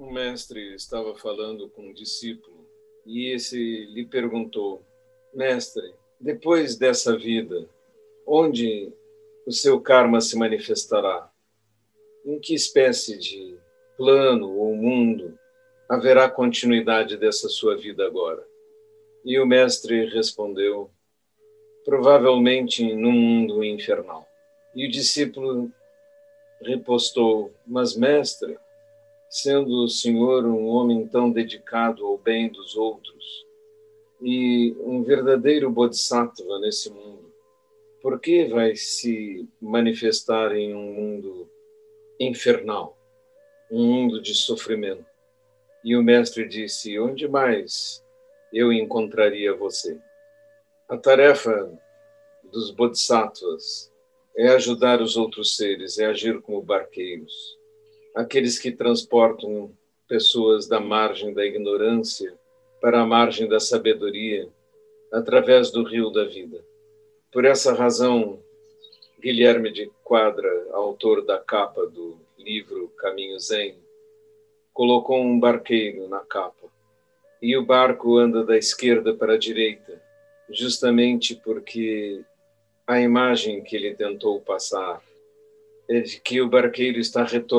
Um mestre estava falando com um discípulo e esse lhe perguntou: Mestre, depois dessa vida, onde o seu karma se manifestará? Em que espécie de plano ou mundo haverá continuidade dessa sua vida agora? E o mestre respondeu: provavelmente num mundo infernal. E o discípulo repostou: Mas, mestre, sendo o senhor um homem tão dedicado ao bem dos outros e um verdadeiro bodhisattva nesse mundo, por que vai se manifestar em um mundo infernal, um mundo de sofrimento? E o mestre disse: onde mais eu encontraria você? A tarefa dos bodhisattvas é ajudar os outros seres, é agir como barqueiros, aqueles que transportam pessoas da margem da ignorância para a margem da sabedoria, através do rio da vida. Por essa razão, Guilherme de Quadra, autor da capa do livro Caminho Zen, colocou um barqueiro na capa. E o barco anda da esquerda para a direita, justamente porque a imagem que ele tentou passar é de que o barqueiro está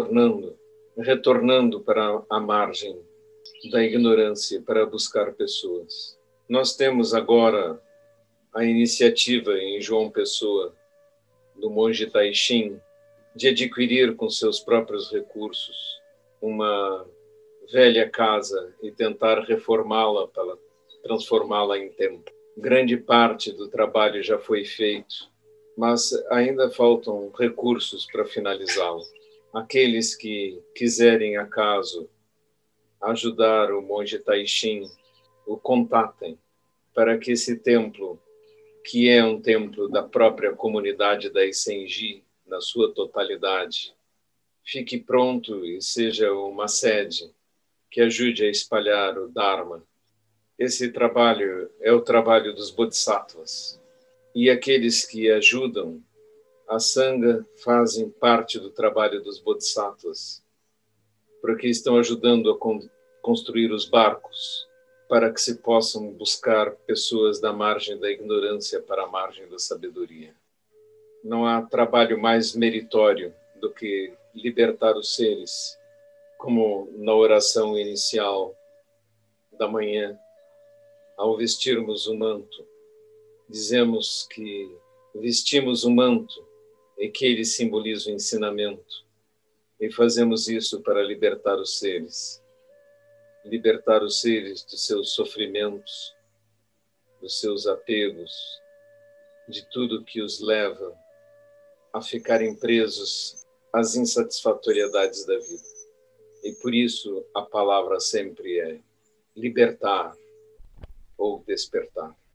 retornando para a margem da ignorância para buscar pessoas. Nós temos agora a iniciativa em João Pessoa, do monge Taishin, de adquirir com seus próprios recursos uma velha casa e tentar reformá-la para transformá-la em templo. Grande parte do trabalho já foi feito, mas ainda faltam recursos para finalizá-lo. Aqueles que quiserem, acaso, ajudar o monge Taishin, o contatem para que esse templo, que é um templo da própria comunidade da Issenji, na sua totalidade, fique pronto e seja uma sede que ajude a espalhar o Dharma. Esse trabalho é o trabalho dos Bodhisattvas. E aqueles que ajudam a Sangha fazem parte do trabalho dos Bodhisattvas, porque estão ajudando a construir os barcos para que se possam buscar pessoas da margem da ignorância para a margem da sabedoria. Não há trabalho mais meritório do que libertar os seres, como na oração inicial da manhã, ao vestirmos o manto. Dizemos que vestimos o manto e que ele simboliza o ensinamento. E fazemos isso para libertar os seres dos seus sofrimentos, dos seus apegos, de tudo que os leva a ficarem presos às insatisfatoriedades da vida. E por isso a palavra sempre é libertar ou despertar.